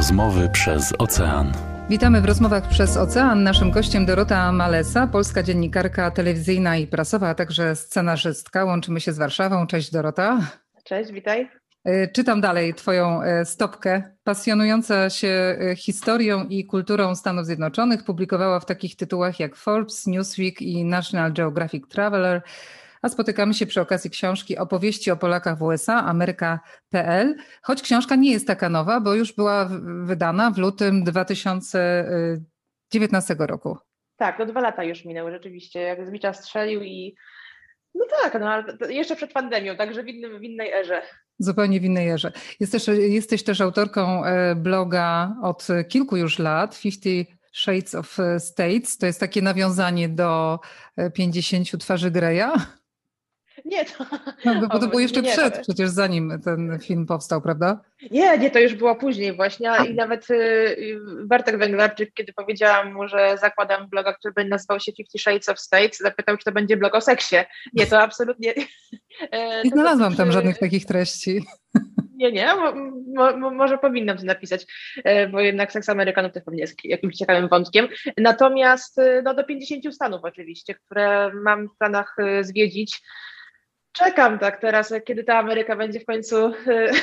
Rozmowy przez ocean. Witamy w Rozmowach przez ocean. Naszym gościem Dorota Malesa, polska dziennikarka telewizyjna i prasowa, a także scenarzystka. Łączymy się z Warszawą. Cześć Dorota. Cześć, witaj. Czytam dalej twoją stopkę. Pasjonująca się historią i kulturą Stanów Zjednoczonych, publikowała w takich tytułach jak Forbes, Newsweek i National Geographic Traveler, a spotykamy się przy okazji książki Opowieści o Polakach w USA, Ameryka.pl, choć książka nie jest taka nowa, bo już była wydana w lutym 2019 roku. Tak, to 2 lata już minęły rzeczywiście, jak Zbicza strzelił i no tak, no ale jeszcze przed pandemią, także w innej erze. Zupełnie w innej erze. Jesteś też autorką bloga od kilku już lat, 50 Shades of States. To jest takie nawiązanie do 50 twarzy Greya. Nie, to... No, bo to było jeszcze przecież zanim ten film powstał, prawda? Nie, to już było później właśnie i nawet Bartek Węglarczyk, kiedy powiedziałam mu, że zakładam bloga, który będzie nazywał się 50 Shades of States, zapytał, czy to będzie blog o seksie. Nie, to absolutnie... Nie znalazłam tam żadnych takich treści. Nie, może powinnam to napisać, bo jednak seks Amerykanów też pewnie jest jakimś ciekawym wątkiem. Natomiast no, do 50 stanów oczywiście, które mam w planach zwiedzić. Czekam tak teraz, kiedy ta Ameryka będzie w końcu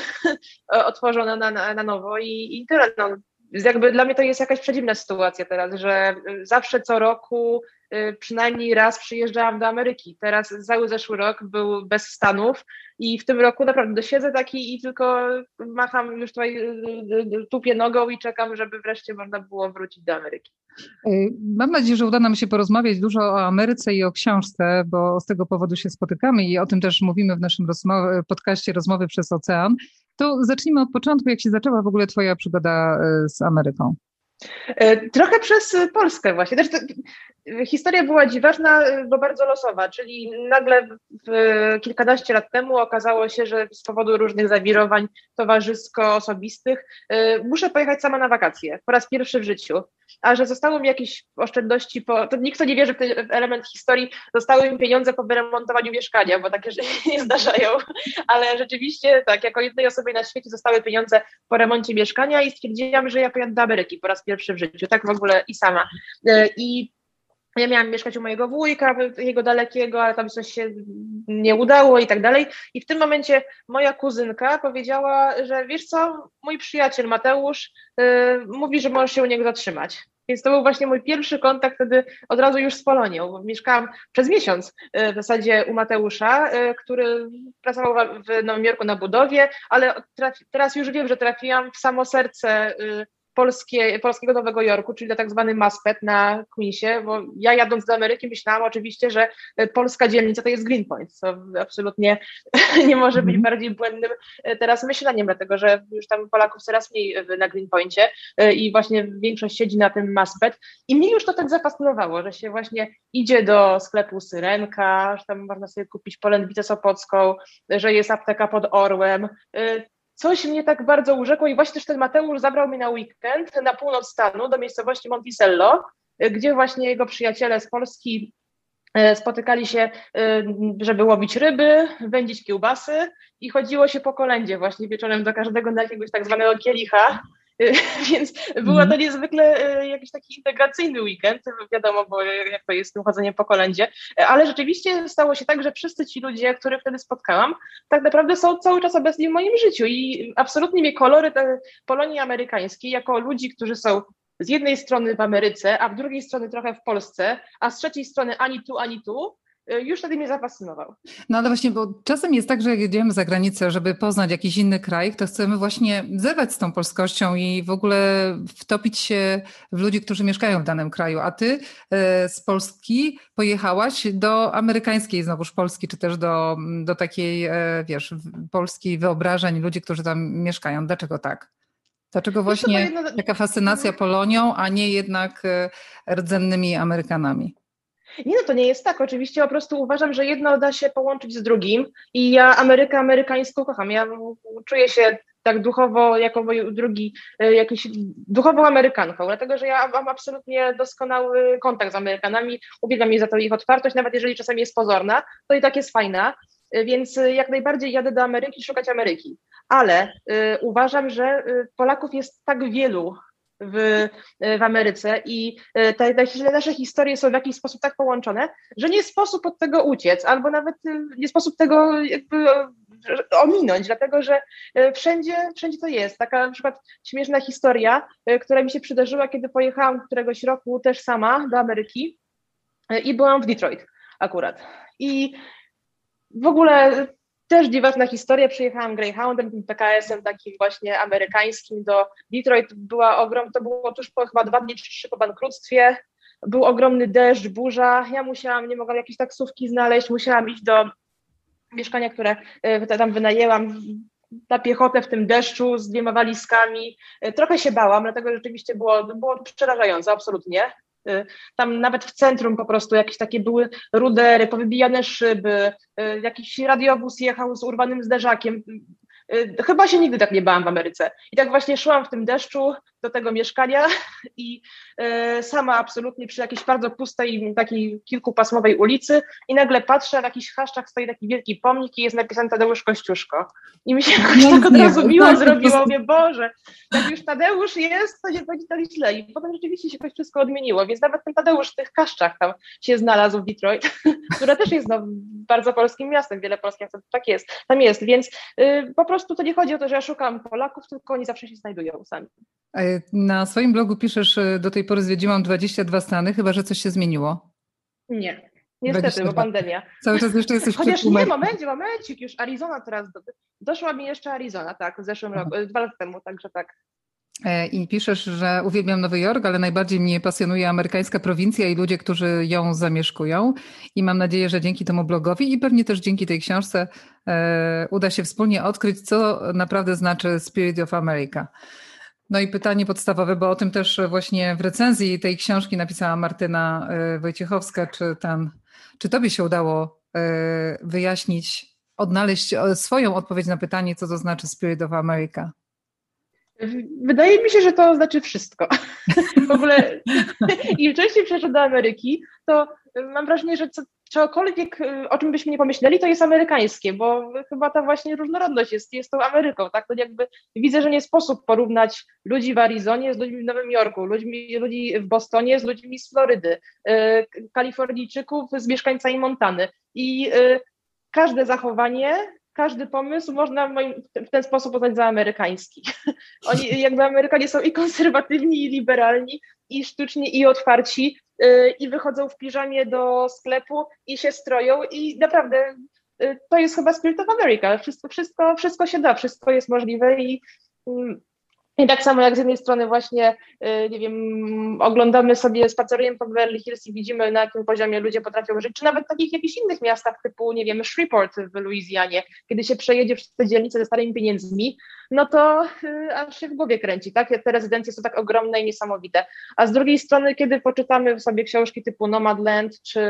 otworzona na nowo i tyle. No. Jakby dla mnie to jest jakaś przedziwna sytuacja teraz, że zawsze co roku przynajmniej raz przyjeżdżałam do Ameryki. Teraz cały zeszły rok był bez Stanów i w tym roku naprawdę dosiedzę taki i tylko macham już tutaj, tupię nogą i czekam, żeby wreszcie można było wrócić do Ameryki. Mam nadzieję, że uda nam się porozmawiać dużo o Ameryce i o książce, bo z tego powodu się spotykamy i o tym też mówimy w naszym podcaście Rozmowy przez ocean. To zacznijmy od początku, jak się zaczęła w ogóle twoja przygoda z Ameryką? Trochę przez Polskę właśnie. Historia była dziwaczna, bo bardzo losowa, czyli nagle kilkanaście lat temu okazało się, że z powodu różnych zawirowań towarzysko-osobistych muszę pojechać sama na wakacje, po raz pierwszy w życiu. A że zostały mi jakieś oszczędności, to nikt nie wierzy w ten element historii, zostały mi pieniądze po wyremontowaniu mieszkania, bo takie rzeczy nie zdarzają, ale rzeczywiście tak, jako jednej osobie na świecie zostały pieniądze po remoncie mieszkania i stwierdziłam, że ja pojadę do Ameryki po raz pierwszy w życiu, tak w ogóle i sama. I ja miałam mieszkać u mojego wujka, jego dalekiego, ale tam coś się nie udało i tak dalej. I w tym momencie moja kuzynka powiedziała, że wiesz co, mój przyjaciel Mateusz mówi, że możesz się u niego zatrzymać. Więc to był właśnie mój pierwszy kontakt wtedy od razu już z Polonią. Mieszkałam przez miesiąc w zasadzie u Mateusza, który pracował w Nowym Jorku na budowie, ale teraz już wiem, że trafiłam w samo serce polskiego Nowego Jorku, czyli na tak zwany Maspet na Queensie, bo ja jadąc do Ameryki myślałam oczywiście, że polska dzielnica to jest Greenpoint, co absolutnie nie może być bardziej błędnym teraz myśleniem, dlatego że już tam Polaków coraz mniej na Greenpoincie i właśnie większość siedzi na tym Maspet i mnie już to tak zafascynowało, że się właśnie idzie do sklepu Syrenka, że tam można sobie kupić polędwicę sopocką, że jest apteka pod Orłem. Coś mnie tak bardzo urzekło i właśnie też ten Mateusz zabrał mnie na weekend na północ stanu do miejscowości Monticello, gdzie właśnie jego przyjaciele z Polski spotykali się, żeby łowić ryby, wędzić kiełbasy i chodziło się po kolędzie właśnie wieczorem do każdego na jakiegoś tak zwanego kielicha. Więc było to niezwykle jakiś taki integracyjny weekend, wiadomo, bo jak to jest z tym chodzeniem po kolędzie, ale rzeczywiście stało się tak, że wszyscy ci ludzie, których wtedy spotkałam, tak naprawdę są cały czas obecni w moim życiu i absolutnie mnie kolory Polonii amerykańskiej jako ludzi, którzy są z jednej strony w Ameryce, a z drugiej strony trochę w Polsce, a z trzeciej strony ani tu, już wtedy mnie zafascynował. No ale właśnie, bo czasem jest tak, że jak jedziemy za granicę, żeby poznać jakiś inny kraj, to chcemy właśnie zerwać z tą polskością i w ogóle wtopić się w ludzi, którzy mieszkają w danym kraju. A ty z Polski pojechałaś do amerykańskiej znowuż Polski, czy też do takiej, wiesz, polskiej wyobrażeń ludzi, którzy tam mieszkają. Dlaczego tak? Dlaczego właśnie taka fascynacja Polonią, a nie jednak rdzennymi Amerykanami? Nie, no to nie jest tak. Oczywiście po prostu uważam, że jedno da się połączyć z drugim i ja Amerykę amerykańską kocham. Ja czuję się tak duchowo jako mój drugi, jakiś duchową Amerykanką, dlatego że ja mam absolutnie doskonały kontakt z Amerykanami, uwielbiam jej za to ich otwartość, nawet jeżeli czasami jest pozorna, to i tak jest fajna. Więc jak najbardziej jadę do Ameryki szukać Ameryki. Ale uważam, że Polaków jest tak wielu w Ameryce i te nasze historie są w jakiś sposób tak połączone, że nie sposób od tego uciec, albo nawet nie sposób tego jakby ominąć, dlatego że wszędzie to jest. Taka na przykład śmieszna historia, która mi się przydarzyła, kiedy pojechałam któregoś roku też sama do Ameryki i byłam w Detroit akurat. I w ogóle też dziwaczna historia, przyjechałam Greyhoundem, tym PKS-em takim właśnie amerykańskim do Detroit. To było tuż po chyba 2 dni czy 3 po bankructwie. Był ogromny deszcz, burza. Ja nie mogłam jakiejś taksówki znaleźć, musiałam iść do mieszkania, które tam wynajęłam na piechotę w tym deszczu z 2 walizkami. Trochę się bałam, dlatego rzeczywiście było przerażające, absolutnie. Tam nawet w centrum po prostu jakieś takie były rudery, powybijane szyby, jakiś radiowóz jechał z urwanym zderzakiem. Chyba się nigdy tak nie bałam w Ameryce. I tak właśnie szłam w tym deszczu do tego mieszkania i sama absolutnie przy jakiejś bardzo pustej, takiej kilkupasmowej ulicy i nagle patrzę, w jakichś chaszczach stoi taki wielki pomnik i jest napisany Tadeusz Kościuszko. I mi się tak od razu miło zrobiło, mówię, Boże, jak już Tadeusz jest, to nie będzie tak źle. I potem rzeczywiście się to wszystko odmieniło, więc nawet ten Tadeusz w tych kaszczach tam się znalazł w Detroit, które też jest bardzo polskim miastem, wiele polskich miast tam jest, więc po prostu to nie chodzi o to, że ja szukam Polaków, tylko oni zawsze się znajdują sami. Na swoim blogu piszesz, do tej pory zwiedziłam 22 stany, chyba że coś się zmieniło. Nie, niestety, 22. Bo pandemia. Cały czas jeszcze jesteś chociaż nie, momencik, już Arizona teraz, doszła mi jeszcze Arizona, tak, w zeszłym roku, 2 lata temu, także tak. I piszesz, że uwielbiam Nowy Jork, ale najbardziej mnie pasjonuje amerykańska prowincja i ludzie, którzy ją zamieszkują. I mam nadzieję, że dzięki temu blogowi i pewnie też dzięki tej książce uda się wspólnie odkryć, co naprawdę znaczy Spirit of America. No i pytanie podstawowe, bo o tym też właśnie w recenzji tej książki napisała Martyna Wojciechowska, czy tobie się udało wyjaśnić, odnaleźć swoją odpowiedź na pytanie, co to znaczy Spirit of America? Wydaje mi się, że to znaczy wszystko. W ogóle im częściej przyjeżdżam do Ameryki, to mam wrażenie, że czegokolwiek, o czym byśmy nie pomyśleli, to jest amerykańskie, bo chyba ta właśnie różnorodność jest tą Ameryką, tak? To jakby widzę, że nie sposób porównać ludzi w Arizonie z ludźmi w Nowym Jorku, ludzi w Bostonie z ludźmi z Florydy, Kalifornijczyków z mieszkańcami Montany i każde zachowanie, każdy pomysł można w ten sposób uznać za amerykański. Oni jakby Amerykanie są i konserwatywni, i liberalni, i sztuczni, i otwarci, i wychodzą w piżamie do sklepu i się stroją i naprawdę to jest chyba Spirit of America. Wszystko się da, wszystko jest możliwe i tak samo jak z jednej strony właśnie, nie wiem, oglądamy sobie, spacerujemy po Beverly Hills i widzimy, na jakim poziomie ludzie potrafią żyć, czy nawet w takich jakichś innych miastach typu, nie wiem, Shreveport w Luizjanie, kiedy się przejedzie przez te dzielnice ze starymi pieniędzmi, no to aż się w głowie kręci, tak? Te rezydencje są tak ogromne i niesamowite. A z drugiej strony, kiedy poczytamy sobie książki typu Nomadland, czy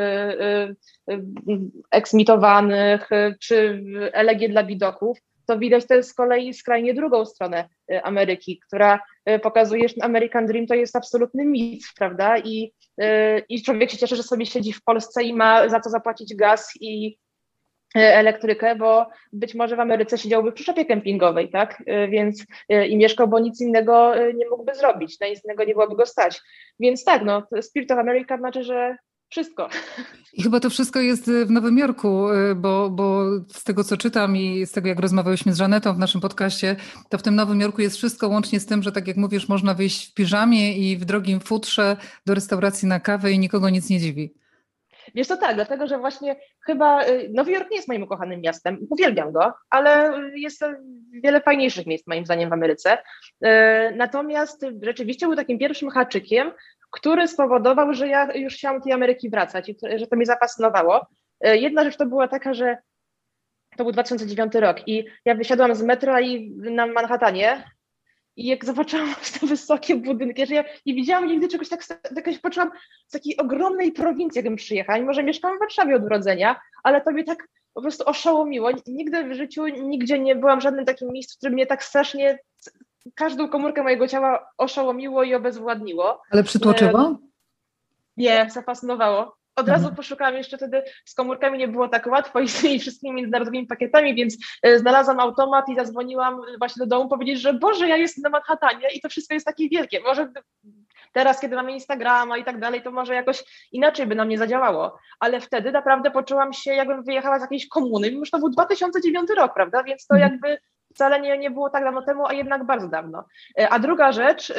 Eksmitowanych, czy Elegie dla bidoków, to widać też z kolei skrajnie drugą stronę Ameryki, która pokazuje, że American Dream to jest absolutny mit, prawda? I człowiek się cieszy, że sobie siedzi w Polsce i ma za co zapłacić gaz i elektrykę, bo być może w Ameryce siedziałby w przyczepie kempingowej, tak? Więc i mieszkał, bo nic innego nie mógłby zrobić, na nic innego nie byłoby go stać. Więc tak, no, Spirit of America znaczy, że wszystko. I chyba to wszystko jest w Nowym Jorku, bo z tego, co czytam i z tego, jak rozmawiałyśmy z Żanetą w naszym podcaście, to w tym Nowym Jorku jest wszystko łącznie z tym, że tak jak mówisz, można wyjść w piżamie i w drogim futrze do restauracji na kawę i nikogo nic nie dziwi. Wiesz to tak, dlatego że właśnie chyba Nowy Jork nie jest moim ukochanym miastem, uwielbiam go, ale jest wiele fajniejszych miejsc moim zdaniem w Ameryce. Natomiast rzeczywiście był takim pierwszym haczykiem, który spowodował, że ja już chciałam do tej Ameryki wracać i że to mnie zafascynowało. Jedna rzecz to była taka, że to był 2009 rok i ja wysiadłam z metra i na Manhattanie i jak zobaczyłam te wysokie budynki, że ja nie widziałam nigdy czegoś tak poczułam z takiej ogromnej prowincji, jakbym przyjechała. Mimo że mieszkałam w Warszawie od urodzenia, ale to mnie tak po prostu oszołomiło. Nigdy w życiu, nigdzie nie byłam w żadnym takim miejscu, które mnie tak strasznie każdą komórkę mojego ciała oszołomiło i obezwładniło. Ale przytłoczyło? Nie, zafascynowało. od razu poszukałam, jeszcze wtedy z komórkami nie było tak łatwo i z tymi wszystkimi międzynarodowymi pakietami, więc znalazłam automat i zadzwoniłam właśnie do domu powiedzieć, że Boże, ja jestem na Manhattanie i to wszystko jest takie wielkie. Może teraz, kiedy mamy Instagrama i tak dalej, to może jakoś inaczej by na mnie zadziałało. Ale wtedy naprawdę poczułam się, jakbym wyjechała z jakiejś komuny. Już to był 2009 rok, prawda? Więc to jakby wcale nie było tak dawno temu, a jednak bardzo dawno. A druga rzecz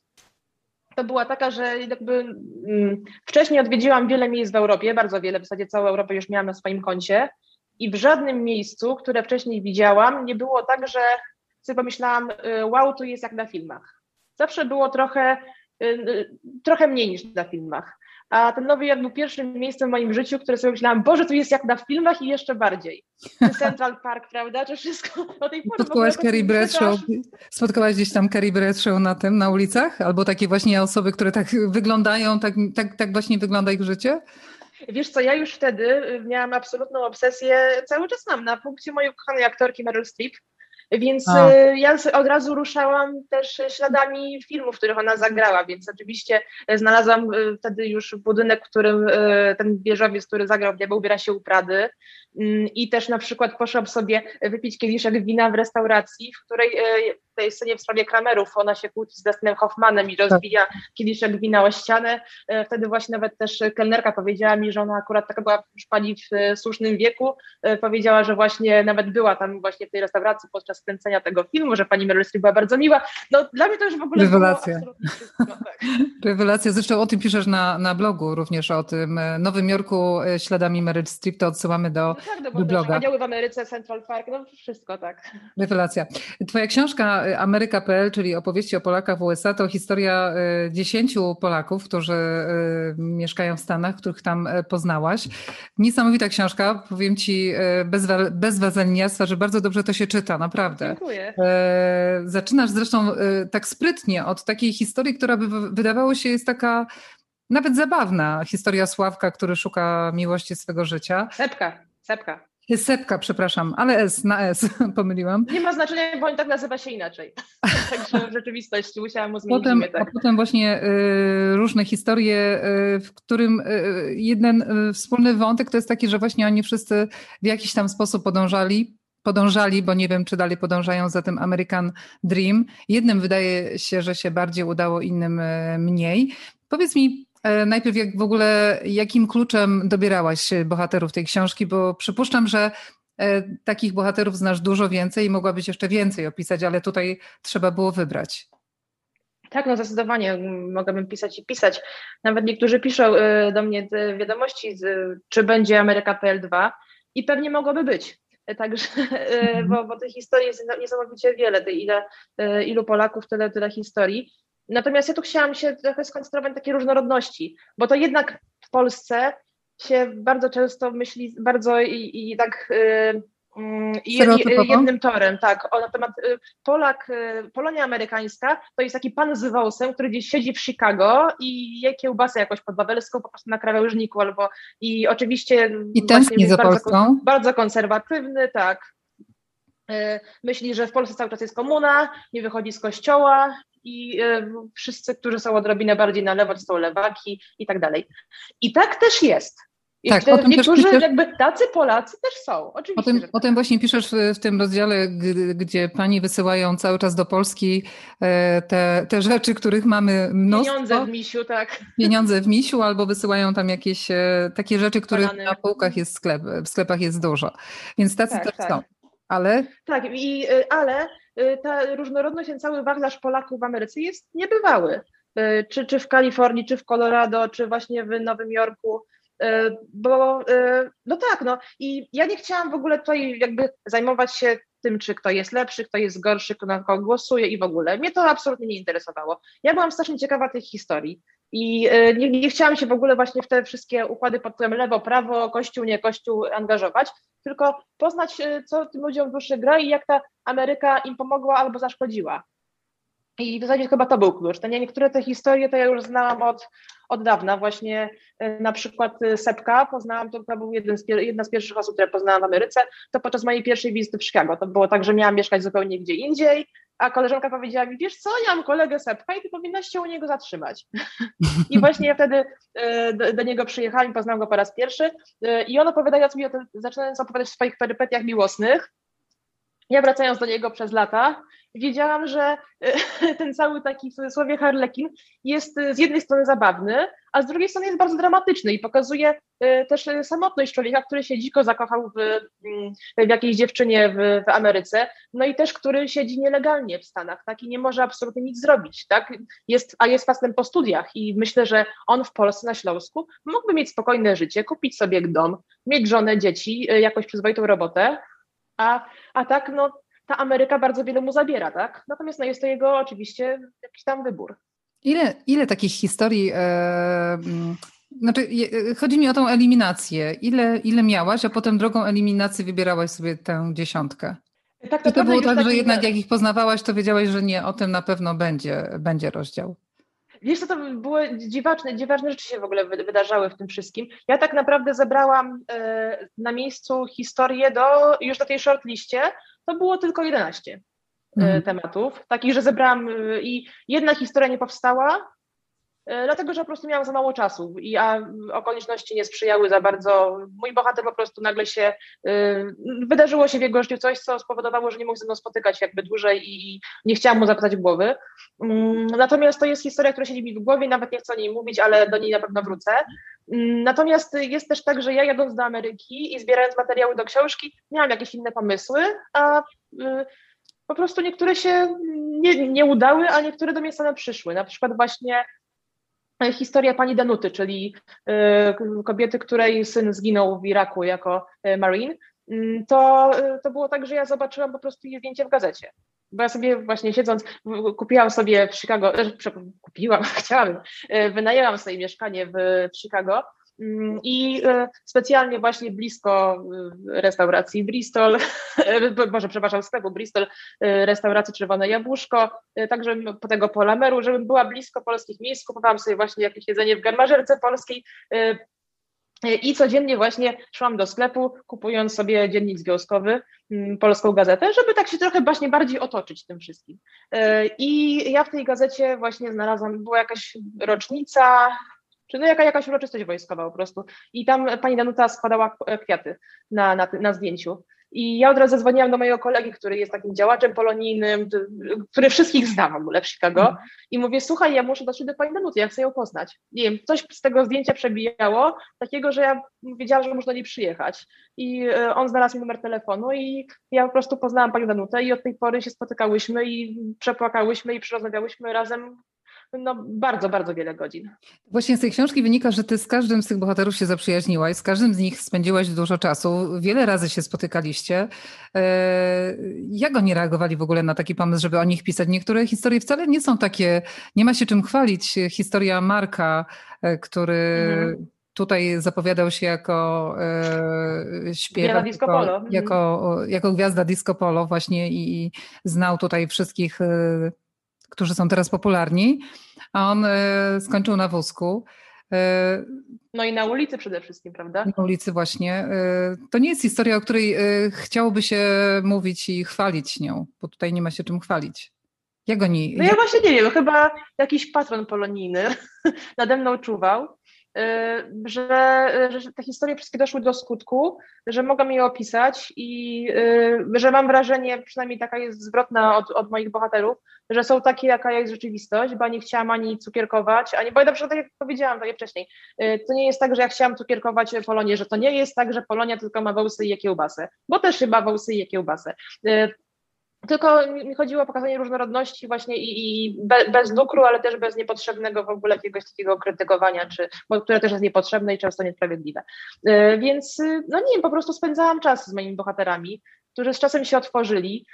to była taka, że jakby wcześniej odwiedziłam wiele miejsc w Europie, bardzo wiele, w zasadzie całą Europę już miałam na swoim koncie i w żadnym miejscu, które wcześniej widziałam, nie było tak, że sobie pomyślałam, wow, tu jest jak na filmach. Zawsze było trochę mniej niż na filmach. A ten Nowy Jork był pierwszym miejscem w moim życiu, które sobie myślałam, Boże, tu jest jak na filmach i jeszcze bardziej. Central Park, prawda, czy wszystko do tej pory. Spotkałaś Carrie Bradshaw? Spotkałaś gdzieś tam Carrie Bradshaw na ulicach? Albo takie właśnie osoby, które tak wyglądają, tak właśnie wygląda ich życie? Wiesz co, ja już wtedy miałam absolutną obsesję, cały czas mam, na punkcie mojej ukochanej aktorki Meryl Streep, więc ja od razu ruszałam też śladami filmów, w których ona zagrała, więc oczywiście znalazłam wtedy już budynek, w którym ten wieżowiec, który zagrał w Diabeł ubiera się u Prady i też na przykład poszłam sobie wypić kieliszek wina w restauracji, w której w tej scenie w sprawie Kramerów ona się kłóci z Dustinem Hoffmanem i rozbija kieliszek wina o ścianę. Wtedy właśnie nawet też kelnerka powiedziała mi, że ona akurat taka była już pani w słusznym wieku, powiedziała, że właśnie nawet była tam właśnie w tej restauracji podczas kręcenia tego filmu, że pani Meryl Streep była bardzo miła. No dla mnie to już w ogóle rewelacja. Było absolutnie wszystko. Tak. Rewelacja. Zresztą o tym piszesz na blogu również, o tym Nowym Jorku śladami Meryl Streep, to odsyłamy do bloga. Anioły w Ameryce, Central Park, no wszystko, tak. Rewelacja. Twoja książka Ameryka.pl, czyli opowieści o Polakach w USA, to historia 10 Polaków, którzy mieszkają w Stanach, których tam poznałaś. Niesamowita książka, powiem ci bez wazelniarstwa, że bardzo dobrze to się czyta, naprawdę. Dziękuję. Zaczynasz zresztą tak sprytnie od takiej historii, która by wydawało się jest taka nawet zabawna. Historia Sławka, który szuka miłości swego życia. Sepka, przepraszam, ale na S pomyliłam. Nie ma znaczenia, bo on tak nazywa się inaczej. Także w rzeczywistości musiałam mu zmienić imię, tak. A potem właśnie różne historie, w którym jeden wspólny wątek to jest taki, że właśnie oni wszyscy w jakiś tam sposób podążali, bo nie wiem, czy dalej podążają za tym American Dream. Jednym wydaje się, że się bardziej udało, innym mniej. Powiedz mi najpierw, jakim kluczem dobierałaś bohaterów tej książki, bo przypuszczam, że takich bohaterów znasz dużo więcej i mogłabyś jeszcze więcej opisać, ale tutaj trzeba było wybrać. Tak, no zdecydowanie mogłabym pisać i pisać. Nawet niektórzy piszą do mnie wiadomości, czy będzie Ameryka.pl 2 i pewnie mogłoby być. Także, bo tych historii jest niesamowicie wiele, ilu Polaków, tyle historii. Natomiast ja tu chciałam się trochę skoncentrować na takiej różnorodności, bo to jednak w Polsce się bardzo często myśli bardzo jednym torem, tak, na temat Polonia amerykańska to jest taki pan z wąsem, który gdzieś siedzi w Chicago i je kiełbasę jakoś podwawelską po prostu na krawężniku i oczywiście i tęskni za Polską. Bardzo konserwatywny, tak. Myśli, że w Polsce cały czas jest komuna, nie wychodzi z kościoła i wszyscy, którzy są odrobinę bardziej na lewo, to są lewaki i tak dalej. I tak też jest. Tak, niektórzy jakby tacy Polacy też są, oczywiście. O tym właśnie piszesz w tym rozdziale, gdzie pani wysyłają cały czas do Polski te rzeczy, których mamy mnóstwo. Pieniądze w misiu, tak. Pieniądze w misiu, albo wysyłają tam jakieś takie rzeczy, których na półkach jest w sklepach jest dużo. Więc tacy też są. Ale? Tak, ale ta różnorodność, ten cały wachlarz Polaków w Ameryce jest niebywały. Czy w Kalifornii, czy w Colorado, czy właśnie w Nowym Jorku. I ja nie chciałam w ogóle tutaj jakby zajmować się tym, czy kto jest lepszy, kto jest gorszy, kto na kogo głosuje i w ogóle. Mnie to absolutnie nie interesowało. Ja byłam strasznie ciekawa tych historii i nie chciałam się w ogóle właśnie w te wszystkie układy pod tytułem lewo, prawo, kościół, nie kościół angażować, tylko poznać, co tym ludziom w duszy gra i jak ta Ameryka im pomogła albo zaszkodziła. I w zasadzie chyba to był klucz. Niektóre te historie to ja już znałam od dawna. Właśnie na przykład Sepka poznałam, to był jedna z pierwszych osób, które poznałam w Ameryce, to podczas mojej pierwszej wizyty w Chicago. To było tak, że miałam mieszkać zupełnie gdzie indziej, a koleżanka powiedziała mi, wiesz co, ja mam kolegę Sepka i ty powinnaś się u niego zatrzymać. I właśnie ja wtedy do niego przyjechałam i poznałam go po raz pierwszy i on opowiadając mi o tym, zaczynając opowiadać o swoich perypetiach miłosnych, ja wracając do niego przez lata, wiedziałam, że ten cały taki w cudzysłowie harlekin jest z jednej strony zabawny, a z drugiej strony jest bardzo dramatyczny i pokazuje też samotność człowieka, który się dziko zakochał w jakiejś dziewczynie w Ameryce, no i też który siedzi nielegalnie w Stanach, tak, i nie może absolutnie nic zrobić, tak, jest facem po studiach i myślę, że on w Polsce, na Śląsku mógłby mieć spokojne życie, kupić sobie dom, mieć żonę, dzieci, jakąś przyzwoitą robotę, a tak, no, ta Ameryka bardzo wiele mu zabiera, tak? Natomiast no, jest to jego oczywiście jakiś tam wybór. Ile takich historii, znaczy chodzi mi o tą eliminację, ile miałaś, a potem drogą eliminacji wybierałaś sobie tę 10? Tak, i to było tak, że jednak jak ich poznawałaś, to wiedziałaś, że nie, o tym na pewno będzie rozdział. Wiesz co, to były dziwaczne rzeczy się w ogóle wydarzały w tym wszystkim. Ja tak naprawdę zebrałam na miejscu historię już do tej shortliście, to było tylko 11 tematów, takich, że zebrałam i jedna historia nie powstała, dlatego, że po prostu miałam za mało czasu a okoliczności nie sprzyjały za bardzo. Mój bohater po prostu nagle wydarzyło się w jego życiu coś, co spowodowało, że nie mógł ze mną spotykać jakby dłużej i nie chciałam mu zapytać głowy. Natomiast to jest historia, która siedzi mi w głowie, nawet nie chcę o niej mówić, ale do niej na pewno wrócę. Natomiast jest też tak, że ja jadąc do Ameryki i zbierając materiały do książki, miałam jakieś inne pomysły, a po prostu niektóre się nie udały, a niektóre do mnie same przyszły. Na przykład właśnie historia pani Danuty, czyli kobiety, której syn zginął w Iraku jako Marine. To było tak, że ja zobaczyłam po prostu jej zdjęcie w gazecie. Bo ja sobie właśnie siedząc, kupiłam sobie w Chicago, chciałabym, wynajęłam sobie mieszkanie w Chicago i specjalnie właśnie blisko restauracji Bristol, sklepu Bristol, restauracji Czerwone Jabłuszko, także po tego Polameru, żebym była blisko polskich miejsc, kupowałam sobie właśnie jakieś jedzenie w garmażerce polskiej i codziennie właśnie szłam do sklepu, kupując sobie dziennik związkowy, Polską Gazetę, żeby tak się trochę właśnie bardziej otoczyć tym wszystkim. I ja w tej gazecie właśnie znalazłam, była jakaś rocznica, czy no jakaś uroczystość wojskowa po prostu. I tam pani Danuta składała kwiaty na zdjęciu. I ja od razu zadzwoniłam do mojego kolegi, który jest takim działaczem polonijnym, który wszystkich zna w ogóle w Chicago. I mówię, słuchaj, ja muszę dotrzeć do pani Danuty, ja chcę ją poznać. Nie wiem, coś z tego zdjęcia przebijało, takiego, że ja wiedziałam, że muszę do niej przyjechać. I on znalazł mi numer telefonu i ja po prostu poznałam panią Danutę i od tej pory się spotykałyśmy i przepłakałyśmy i przerozmawiałyśmy razem bardzo, bardzo wiele godzin. Właśnie z tej książki wynika, że ty z każdym z tych bohaterów się zaprzyjaźniłaś, z każdym z nich spędziłaś dużo czasu, wiele razy się spotykaliście. Jak oni reagowali w ogóle na taki pomysł, żeby o nich pisać? Niektóre historie wcale nie są takie, nie ma się czym chwalić. Historia Marka, który tutaj zapowiadał się jako śpiewak, jako gwiazda disco polo właśnie i znał tutaj wszystkich, którzy są teraz popularni, a on skończył na wózku. No i na ulicy przede wszystkim, prawda? Na ulicy właśnie. To nie jest historia, o której chciałoby się mówić i chwalić nią, bo tutaj nie ma się czym chwalić. Jak oni... No ja właśnie nie wiem, chyba jakiś patron polonijny nade mną czuwał, że te historie wszystkie doszły do skutku, że mogłam je opisać i że mam wrażenie, przynajmniej taka jest zwrotna od moich bohaterów, że są takie, jaka jest rzeczywistość, bo nie chciałam ani cukierkować, bo ja na przykład, tak jak powiedziałam wcześniej, to nie jest tak, że ja chciałam cukierkować Polonię, że to nie jest tak, że Polonia tylko ma wąsy i kiełbasę, bo też chyba wąsy i kiełbasę. Tylko mi chodziło o pokazanie różnorodności właśnie i bez lukru, ale też bez niepotrzebnego w ogóle jakiegoś takiego krytykowania, które też jest niepotrzebne i często niesprawiedliwe. Więc no nie wiem, po prostu spędzałam czas z moimi bohaterami, którzy z czasem się otworzyli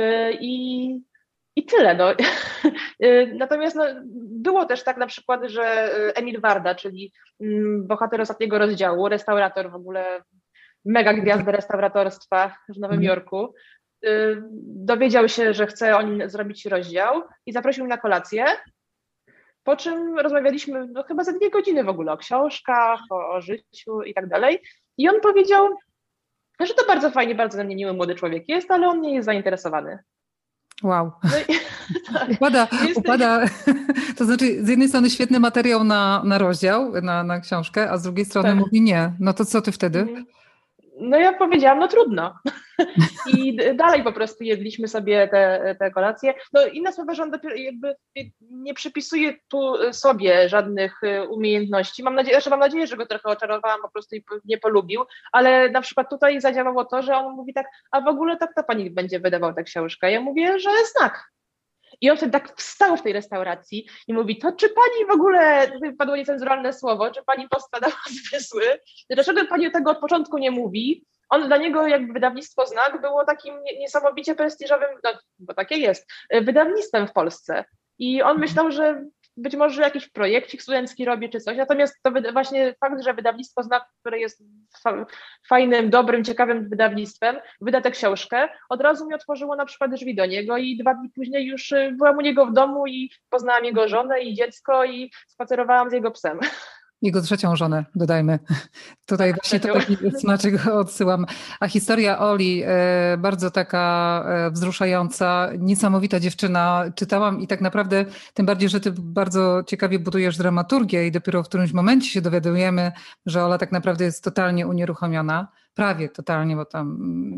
i tyle. No. Natomiast było też tak na przykład, że Emil Warda, czyli bohater ostatniego rozdziału, restaurator w ogóle, mega gwiazda restauratorstwa w Nowym Jorku, dowiedział się, że chce o nim zrobić rozdział i zaprosił mnie na kolację, po czym rozmawialiśmy chyba za 2 godziny w ogóle o książkach, o życiu i tak dalej. I on powiedział, że to bardzo fajnie, bardzo na mnie miły młody człowiek jest, ale on nie jest zainteresowany. Wow. No i, tak, Upada, to znaczy z jednej strony świetny materiał na rozdział, na książkę, a z drugiej strony tak. mówi nie. No to co ty wtedy? No ja powiedziałam, no trudno. I dalej po prostu jedliśmy sobie te kolacje. No inna sprawa, że on jakby nie przypisuje tu sobie żadnych umiejętności. Mam nadzieję, że go trochę oczarowałam po prostu i nie polubił, ale na przykład tutaj zadziałało to, że on mówi tak, a w ogóle tak to pani będzie wydawał tę książkę. Ja mówię, że znak. I on wtedy tak wstał w tej restauracji i mówi, to czy pani w ogóle, padło niecenzuralne słowo, czy pani postradała zmysły? Dlaczego pani tego od początku nie mówi? Dla niego jakby wydawnictwo Znak było takim niesamowicie prestiżowym, no, bo takie jest, wydawnictwem w Polsce. I on myślał, że być może jakiś projekcik studencki robi czy coś, natomiast to właśnie fakt, że wydawnictwo Znak, które jest fajnym, dobrym, ciekawym wydawnictwem, wyda tę książkę, od razu mi otworzyło na przykład drzwi do niego i 2 dni później już byłam u niego w domu i poznałam jego żonę i dziecko i spacerowałam z jego psem. Jego trzecią żonę, dodajmy. Tutaj tak, właśnie to taki smaczek odsyłam. A historia Oli, bardzo taka wzruszająca, niesamowita dziewczyna. Czytałam i tak naprawdę, tym bardziej, że ty bardzo ciekawie budujesz dramaturgię i dopiero w którymś momencie się dowiadujemy, że Ola tak naprawdę jest totalnie unieruchomiona. Prawie totalnie, bo tam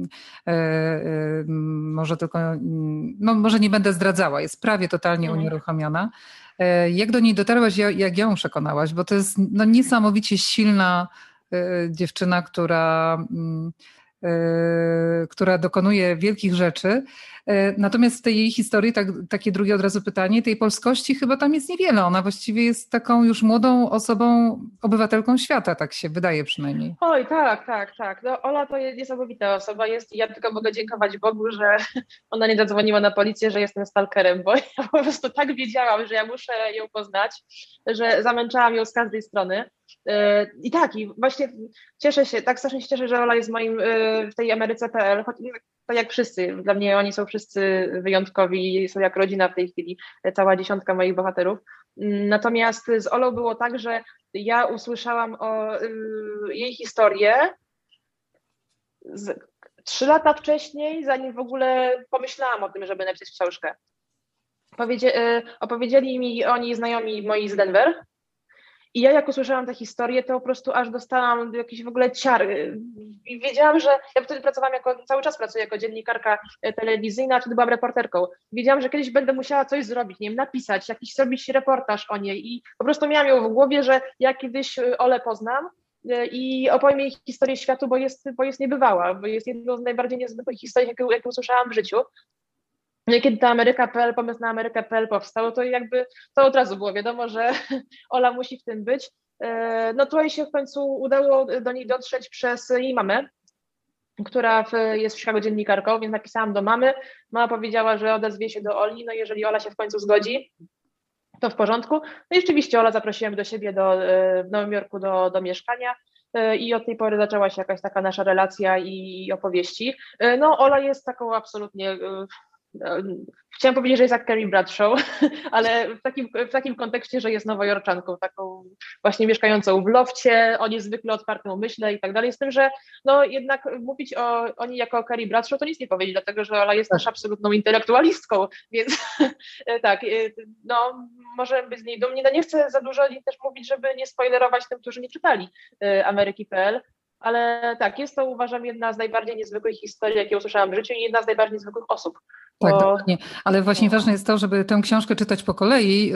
może tylko, no może nie będę zdradzała, jest prawie totalnie unieruchomiona. Jak do niej dotarłaś, jak ją przekonałaś? Bo to jest no, niesamowicie silna dziewczyna, która dokonuje wielkich rzeczy. Natomiast w tej jej historii, takie drugie od razu pytanie, tej polskości chyba tam jest niewiele. Ona właściwie jest taką już młodą osobą, obywatelką świata, tak się wydaje przynajmniej. Oj, tak. No, Ola to jest niesamowita osoba jest i ja tylko mogę dziękować Bogu, że ona nie zadzwoniła na policję, że jestem stalkerem, bo ja po prostu tak wiedziałam, że ja muszę ją poznać, że zamęczałam ją z każdej strony. I tak, i właśnie cieszę się, tak strasznie się cieszę, że Ola jest moim w tej Ameryce.pl, choć tak jak wszyscy, dla mnie oni są wszyscy wyjątkowi i są jak rodzina w tej chwili, cała dziesiątka moich bohaterów. Natomiast z Olą było tak, że ja usłyszałam o jej historię 3 lata wcześniej, zanim w ogóle pomyślałam o tym, żeby napisać książkę. Opowiedzieli mi oni znajomi moi z Denver. I ja jak usłyszałam tę historię, to po prostu aż dostałam jakiś w ogóle ciar. I wiedziałam, że ja wtedy cały czas pracuję jako dziennikarka telewizyjna, wtedy byłam reporterką. Wiedziałam, że kiedyś będę musiała coś zrobić, nie wiem, napisać, zrobić reportaż o niej i po prostu miałam ją w głowie, że ja kiedyś Olę poznam i opowiem jej historię światu, bo jest niebywała, bo jest jedną z najbardziej niezwykłych historii, jakie usłyszałam w życiu. No i kiedy ta Ameryka.pl, pomysł na Amerykę.pl powstał, to jakby to od razu było wiadomo, że Ola musi w tym być. No tutaj się w końcu udało do niej dotrzeć przez jej mamę, która jest w Chicago dziennikarką, więc napisałam do mamy. Mama powiedziała, że odezwie się do Oli, no jeżeli Ola się w końcu zgodzi, to w porządku. No i rzeczywiście Ola zaprosiłem do siebie w Nowym Jorku do mieszkania. I od tej pory zaczęła się jakaś taka nasza relacja i opowieści. No Ola jest taką absolutnie... Chciałam powiedzieć, że jest jak Carrie Bradshaw, ale w takim kontekście, że jest nowojorczanką, taką właśnie mieszkającą w lofcie, o niezwykle otwartym umyśle i tak dalej, z tym, że no jednak mówić o niej jako o Carrie Bradshaw to nic nie powiedzieć, dlatego że Ola jest też absolutną intelektualistką, więc tak, no możemy być z niej dumni. No nie chcę za dużo też mówić, żeby nie spoilerować tym, którzy nie czytali Ameryki.pl, ale tak, jest to uważam jedna z najbardziej niezwykłych historii, jakie usłyszałam w życiu i jedna z najbardziej niezwykłych osób. Tak, dokładnie. Ale właśnie ważne jest to, żeby tę książkę czytać po kolei.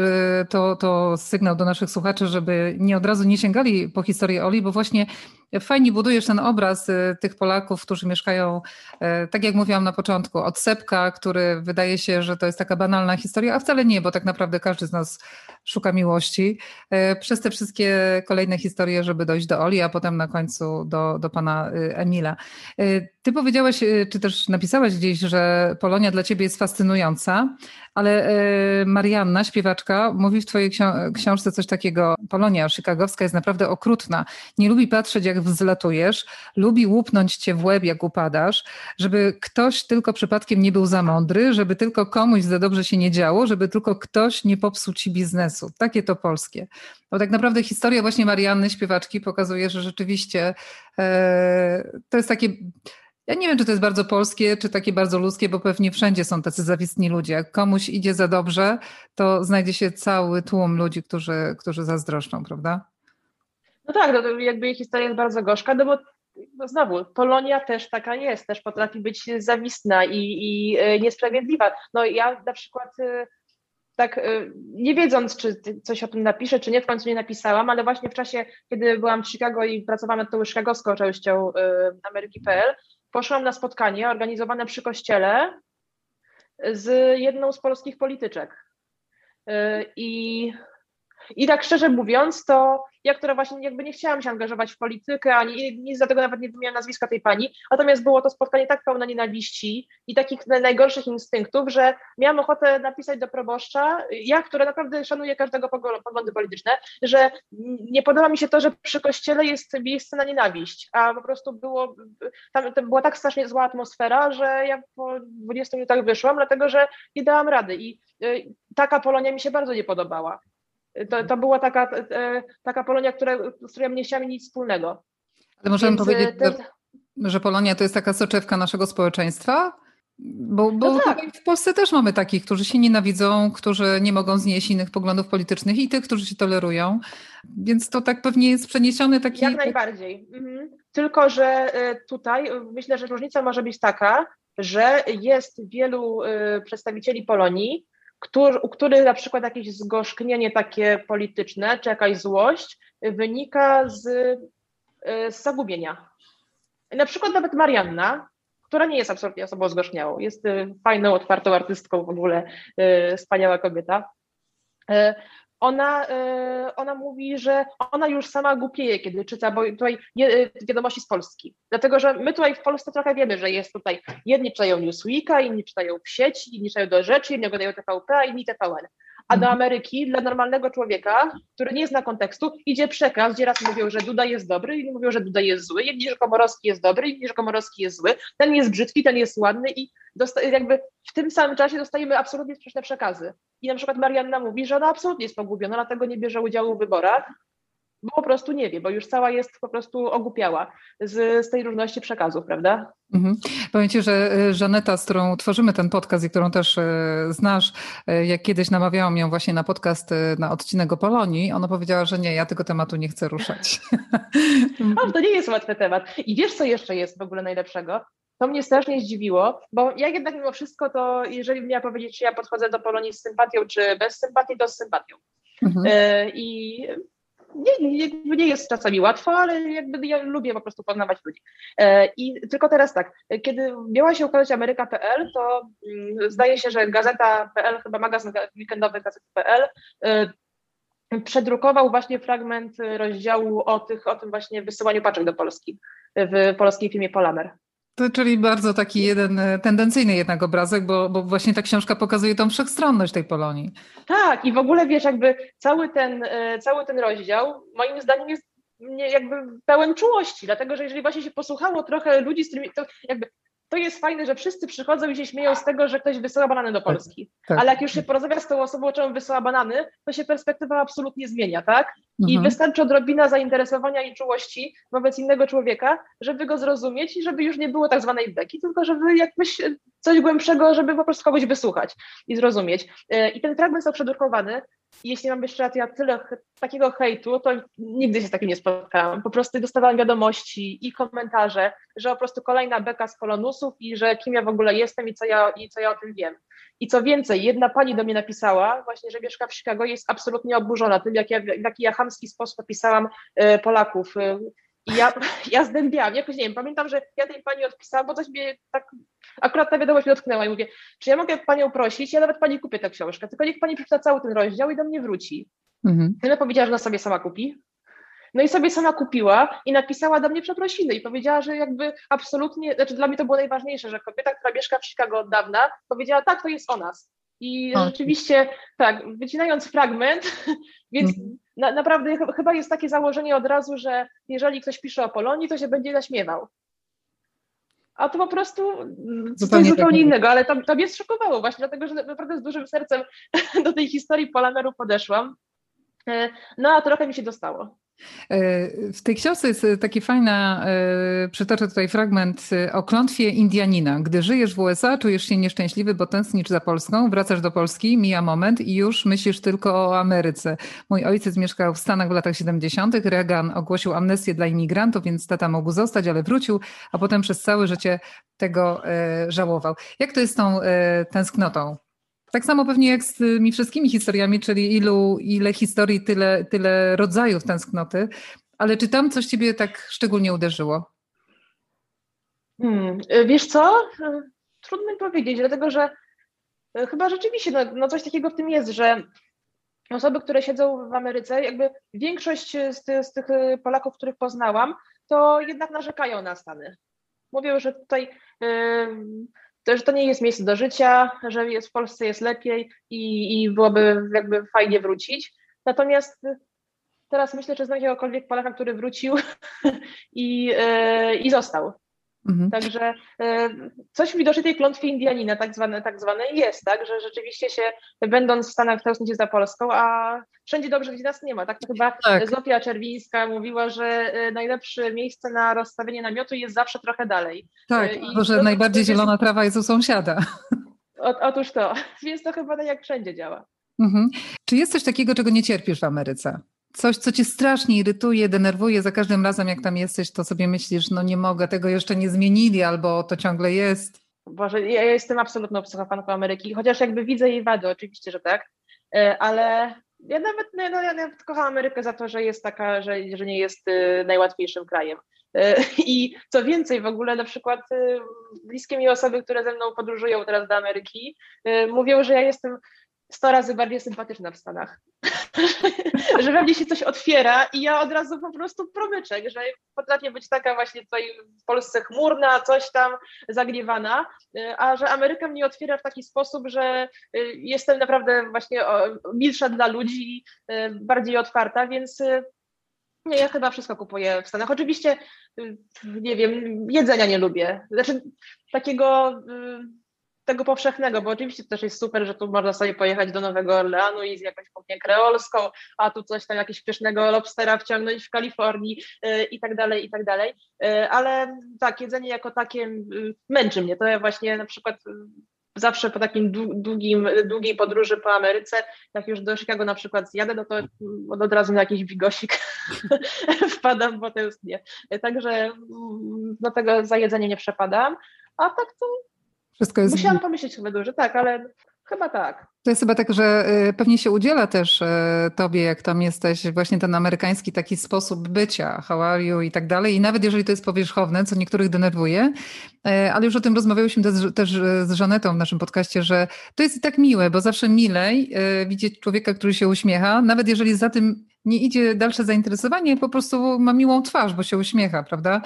To sygnał do naszych słuchaczy, żeby od razu nie sięgali po historię Oli, bo właśnie fajnie budujesz ten obraz tych Polaków, którzy mieszkają, tak jak mówiłam na początku, od Sepka, który wydaje się, że to jest taka banalna historia, a wcale nie, bo tak naprawdę każdy z nas szuka miłości. Przez te wszystkie kolejne historie, żeby dojść do Oli, a potem na końcu do pana Emila. Ty powiedziałaś, czy też napisałaś gdzieś, że Polonia dla ciebie jest fascynująca, ale Marianna, śpiewaczka, mówi w twojej książce coś takiego: Polonia chicagowska jest naprawdę okrutna. Nie lubi patrzeć, jak wzlatujesz, lubi łupnąć cię w łeb, jak upadasz, żeby ktoś tylko przypadkiem nie był za mądry, żeby tylko komuś za dobrze się nie działo, żeby tylko ktoś nie popsuł ci biznesu. Takie to polskie. Bo tak naprawdę historia właśnie Marianny, śpiewaczki, pokazuje, że rzeczywiście to jest takie... Ja nie wiem, czy to jest bardzo polskie, czy takie bardzo ludzkie, bo pewnie wszędzie są tacy zawistni ludzie. Jak komuś idzie za dobrze, to znajdzie się cały tłum ludzi, którzy zazdroszczą, prawda? No tak, no to jakby jej historia jest bardzo gorzka, no bo no znowu, Polonia też taka jest, też potrafi być zawistna i niesprawiedliwa. No ja na przykład tak nie wiedząc, czy coś o tym napiszę, czy nie, w końcu nie napisałam, ale właśnie w czasie, kiedy byłam w Chicago i pracowałam nad tą chicagowską częścią Ameryki.pl, poszłam na spotkanie organizowane przy kościele z jedną z polskich polityczek. I tak szczerze mówiąc, to ja, która właśnie jakby nie chciałam się angażować w politykę, ani nic dlatego nawet nie wymieniałam nazwiska tej pani, natomiast było to spotkanie tak pełne nienawiści i takich najgorszych instynktów, że miałam ochotę napisać do proboszcza, ja, która naprawdę szanuję każdego poglądy polityczne, że nie podoba mi się to, że przy kościele jest miejsce na nienawiść, a po prostu tam była tak strasznie zła atmosfera, że ja po 20 minutach wyszłam, dlatego że nie dałam rady i taka Polonia mi się bardzo nie podobała. To była taka Polonia, z którą nie chciałam nic wspólnego. Ale możemy powiedzieć, że Polonia to jest taka soczewka naszego społeczeństwa? Bo no tak. w Polsce też mamy takich, którzy się nienawidzą, którzy nie mogą znieść innych poglądów politycznych i tych, którzy się tolerują. Więc to tak pewnie jest przeniesiony taki... Jak najbardziej. Tylko, że tutaj myślę, że różnica może być taka, że jest wielu przedstawicieli Polonii, u których na przykład jakieś zgorzknienie takie polityczne, czy jakaś złość wynika z zagubienia. Na przykład nawet Marianna, która nie jest absolutnie osobą zgorzkniałą, jest fajną, otwartą artystką w ogóle, wspaniała kobieta. Ona mówi, że ona już sama głupieje, kiedy czyta, bo tutaj wiadomości z Polski. Dlatego, że my tutaj w Polsce trochę wiemy, że jest tutaj, jedni czytają Newsweeka, inni czytają w sieci, inni czytają do rzeczy, inni oglądają TVP, a inni TVN. A do Ameryki dla normalnego człowieka, który nie zna kontekstu, idzie przekaz, gdzie raz mówią, że Duda jest dobry, inni mówią, że Duda jest zły, jedni, że Komorowski jest dobry, inni, że Komorowski jest zły, ten jest brzydki, ten jest ładny i jakby w tym samym czasie dostajemy absolutnie sprzeczne przekazy. I na przykład Marianna mówi, że ona absolutnie jest pogubiona, dlatego nie bierze udziału w wyborach, bo po prostu nie wie, bo już cała jest po prostu ogłupiała z tej różności przekazów, prawda? Powiem Ci, że Żaneta, z którą tworzymy ten podcast i którą też znasz, jak kiedyś namawiałam ją właśnie na podcast, na odcinek o Polonii, ona powiedziała, że nie, ja tego tematu nie chcę ruszać. To nie jest łatwy temat. I wiesz, co jeszcze jest w ogóle najlepszego? To mnie strasznie zdziwiło, bo ja jednak mimo wszystko to, jeżeli miała powiedzieć, czy ja podchodzę do Polonii z sympatią, czy bez sympatii, to z sympatią. I nie jest czasami łatwo, ale jakby ja lubię po prostu poznawać ludzi. I tylko teraz tak, kiedy miała się ukazać Ameryka.pl, to zdaje się, że Gazeta.pl, chyba magazyn weekendowy Gazety.pl przedrukował właśnie fragment rozdziału o tym właśnie wysyłaniu paczek do Polski w polskiej firmie Polamer. Czyli bardzo taki jeden tendencyjny jednak obrazek, bo właśnie ta książka pokazuje tą wszechstronność tej Polonii. Tak, i w ogóle wiesz, jakby cały ten rozdział moim zdaniem jest jakby pełen czułości, dlatego że jeżeli właśnie się posłuchało trochę ludzi, z którymi to jest fajne, że wszyscy przychodzą i się śmieją z tego, że ktoś wysyła banany do Polski. Tak. Ale jak już się porozmawia z tą osobą, czemu wysyła banany, to się perspektywa absolutnie zmienia, tak? I wystarczy odrobina zainteresowania i czułości wobec innego człowieka, żeby go zrozumieć i żeby już nie było tak zwanej beki, tylko żeby jakbyś coś głębszego, żeby po prostu kogoś wysłuchać i zrozumieć. I ten fragment został przedrukowany. Jeśli mam jeszcze raz tyle takiego hejtu, to nigdy się z takim nie spotkałam. Po prostu dostawałam wiadomości i komentarze, że po prostu kolejna beka z Polonusów i że kim ja w ogóle jestem i co ja o tym wiem. I co więcej, jedna pani do mnie napisała właśnie, że mieszka w Chicago i jest absolutnie oburzona tym, w jaki ja chamski sposób opisałam Polaków. I ja zdębiałam, jakoś nie wiem, pamiętam, że ja tej pani odpisałam, bo coś mnie tak, akurat ta wiadomość mnie dotknęła i mówię, czy ja mogę panią prosić, ja nawet pani kupię tę książkę, tylko niech pani przeczyta cały ten rozdział i do mnie wróci. Ona powiedziała, że ona sobie sama kupi. No i sobie sama kupiła i napisała do mnie przeprosiny i powiedziała, że jakby absolutnie, znaczy dla mnie to było najważniejsze, że kobieta, która mieszka w Chicago od dawna, powiedziała, tak, to jest o nas. I rzeczywiście, tak, wycinając fragment, więc naprawdę chyba jest takie założenie od razu, że jeżeli ktoś pisze o Polonii, to się będzie naśmiewał. A to po prostu coś zupełnie innego, ale to mnie zszokowało właśnie, dlatego że naprawdę z dużym sercem do tej historii Polameru podeszłam. No a trochę mi się dostało. W tej książce jest taki fajna, przytoczę tutaj fragment o klątwie Indianina. Gdy żyjesz w USA, czujesz się nieszczęśliwy, bo tęsknisz za Polską, wracasz do Polski, mija moment i już myślisz tylko o Ameryce. Mój ojciec mieszkał w Stanach w latach 70. Reagan ogłosił amnestię dla imigrantów, więc tata mógł zostać, ale wrócił, a potem przez całe życie tego żałował. Jak to jest z tą tęsknotą? Tak samo pewnie jak z tymi wszystkimi historiami, czyli ile historii, tyle rodzajów tęsknoty. Ale czy tam coś ciebie tak szczególnie uderzyło? Wiesz co? Trudno mi powiedzieć, dlatego że chyba rzeczywiście no coś takiego w tym jest, że osoby, które siedzą w Ameryce, jakby większość z tych Polaków, których poznałam, to jednak narzekają na Stany. Mówią, że tutaj że to nie jest miejsce do życia, że w Polsce jest lepiej i byłoby jakby fajnie wrócić. Natomiast teraz myślę, że znam jakiegokolwiek Polaka, który wrócił i został. Mhm. Także coś w widocznie tej klątwy Indianina tak zwanej jest, tak, że rzeczywiście się będąc w Stanach tęsknicie za Polską, a wszędzie dobrze, gdzie nas nie ma. Tak to chyba Zofia Czerwińska mówiła, że najlepsze miejsce na rozstawienie namiotu jest zawsze trochę dalej. Tak, że najbardziej zielona trawa jest u sąsiada. Otóż to, więc to chyba tak jak wszędzie działa. Mhm. Czy jest coś takiego, czego nie cierpisz w Ameryce? Coś, co cię strasznie irytuje, denerwuje, za każdym razem jak tam jesteś, to sobie myślisz, no nie mogę, tego jeszcze nie zmienili, albo to ciągle jest. Boże, ja jestem absolutną psychofanką Ameryki, chociaż jakby widzę jej wady, oczywiście, że tak, ale ja nawet kocham Amerykę za to, że jest taka, że nie jest najłatwiejszym krajem. I co więcej, w ogóle na przykład bliskie mi osoby, które ze mną podróżują teraz do Ameryki, mówią, że ja jestem 100 razy bardziej sympatyczna w Stanach. Że we mnie się coś otwiera i ja od razu po prostu promyczek, że potrafię być taka właśnie tutaj w Polsce chmurna, coś tam zagniewana, a że Ameryka mnie otwiera w taki sposób, że jestem naprawdę właśnie milsza dla ludzi, bardziej otwarta, więc nie, ja chyba wszystko kupuję w Stanach. Oczywiście, nie wiem, jedzenia nie lubię. Znaczy tego powszechnego, bo oczywiście to też jest super, że tu można sobie pojechać do Nowego Orleanu i z jakąś kuchnię kreolską, a tu coś tam, jakiegoś pysznego lobstera wciągnąć w Kalifornii i tak dalej, ale tak, jedzenie jako takie męczy mnie. To ja właśnie na przykład zawsze po takim długiej podróży po Ameryce, jak już do Chicago na przykład zjadę, no to od razu na jakiś bigosik wpadam, bo to jest nie. Także do tego za jedzenie nie przepadam, a tak to wszystko jest... Musiałam pomyśleć chyba dużo, tak, ale chyba tak. To jest chyba tak, że pewnie się udziela też tobie, jak tam jesteś, właśnie ten amerykański taki sposób bycia, how are you i tak dalej. I nawet jeżeli to jest powierzchowne, co niektórych denerwuje, ale już o tym rozmawiałyśmy też z Żanetą w naszym podcaście, że to jest i tak miłe, bo zawsze milej widzieć człowieka, który się uśmiecha, nawet jeżeli za tym nie idzie dalsze zainteresowanie, po prostu ma miłą twarz, bo się uśmiecha, prawda?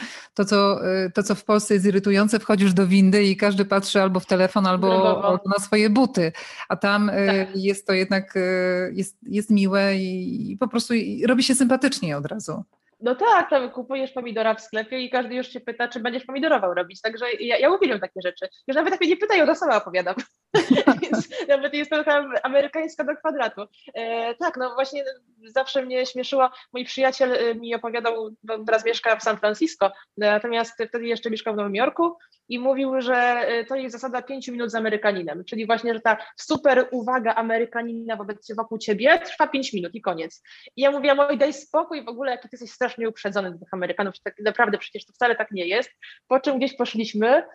To, co w Polsce jest irytujące, wchodzisz do windy i każdy patrzy albo w telefon, albo na swoje buty, a tam jest to jednak jest miłe i po prostu robi się sympatycznie od razu. No tak, tam kupujesz pomidora w sklepie i każdy już się pyta, czy będziesz pomidorował robić. Także ja uwielbiam takie rzeczy. Już nawet jak mnie nie pytają, to sama opowiadam. Więc nawet jest trochę amerykańska do kwadratu. Tak, no właśnie zawsze mnie śmieszyło. Mój przyjaciel mi opowiadał, bo teraz mieszka w San Francisco, natomiast wtedy jeszcze mieszkał w Nowym Jorku i mówił, że to jest zasada 5 minut z Amerykaninem. Czyli właśnie, że ta super uwaga Amerykanina wokół ciebie trwa 5 minut i koniec. I ja mówiłam, oj daj spokój, w ogóle jaki ty jesteś strasznie uprzedzony do tych Amerykanów, tak naprawdę przecież to wcale tak nie jest. Po czym gdzieś poszliśmy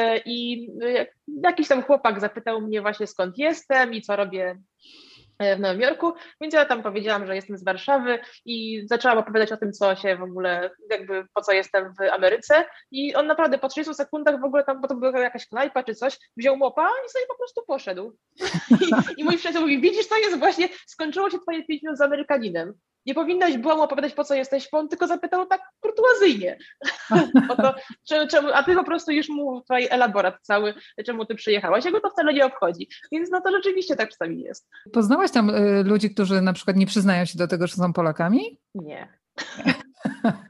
i jakiś tam chłopak zapytał mnie właśnie skąd jestem i co robię w Nowym Jorku, więc ja tam powiedziałam, że jestem z Warszawy i zaczęłam opowiadać o tym, co się w ogóle, jakby po co jestem w Ameryce i on naprawdę po 30 sekundach w ogóle tam, bo to była jakaś knajpa czy coś, wziął mopa i sobie po prostu poszedł. I mój przyjaciel mówi, widzisz, to jest właśnie, skończyło się twoje 5 minut z Amerykaninem. Nie powinnaś była mu opowiadać, po co jesteś, bo on tylko zapytał tak kurtuazyjnie. O to, czemu, a ty po prostu już mu twój elaborat cały, czemu ty przyjechałaś, jego to wcale nie obchodzi. Więc no to rzeczywiście tak czasami jest. Poznałaś tam ludzi, którzy na przykład nie przyznają się do tego, że są Polakami? Nie.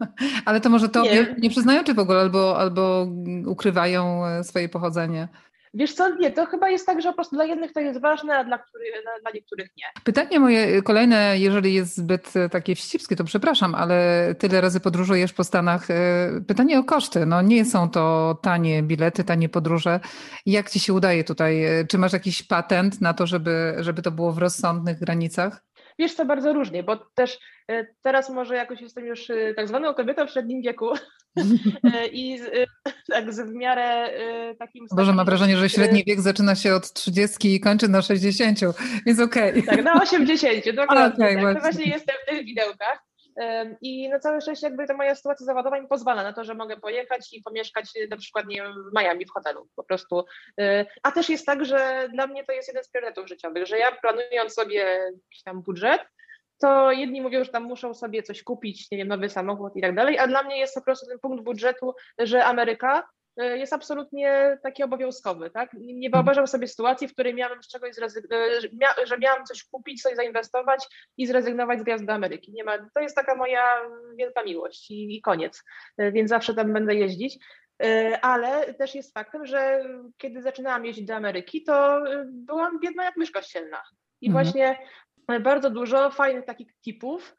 Ale to może nie przyznają, czy w ogóle albo ukrywają swoje pochodzenie? Wiesz co, nie, to chyba jest tak, że po prostu dla jednych to jest ważne, a dla niektórych nie. Pytanie moje kolejne, jeżeli jest zbyt takie wścibskie, to przepraszam, ale tyle razy podróżujesz po Stanach. Pytanie o koszty. No nie są to tanie bilety, tanie podróże. Jak ci się udaje tutaj? Czy masz jakiś patent na to, żeby to było w rozsądnych granicach? Wiesz co, bardzo różnie, bo też teraz może jakoś jestem już tak zwaną kobietą w średnim wieku i tak w miarę takim... Boże, mam wrażenie, że średni wiek zaczyna się od 30 i kończy na 60, więc okej. Tak, na 80, dokładnie. Okay, tak. Właśnie jestem w tych widełkach. I na całe szczęście jakby ta moja sytuacja zawodowa mi pozwala na to, że mogę pojechać i pomieszkać na przykład nie wiem, w Miami w hotelu po prostu. A też jest tak, że dla mnie to jest jeden z priorytetów życiowych, że ja planując sobie jakiś tam budżet, to jedni mówią, że tam muszą sobie coś kupić, nie wiem, nowy samochód i tak dalej, a dla mnie jest po prostu ten punkt budżetu, że Ameryka jest absolutnie taki obowiązkowy, tak? Nie wyobrażam sobie sytuacji, w której miałam z czegoś że miałam coś kupić, coś zainwestować i zrezygnować z gwiazd do Ameryki. Nie ma, to jest taka moja wielka miłość i koniec, więc zawsze tam będę jeździć. Ale też jest faktem, że kiedy zaczynałam jeździć do Ameryki, to byłam biedna jak mysz kościelna. I właśnie bardzo dużo fajnych takich tipów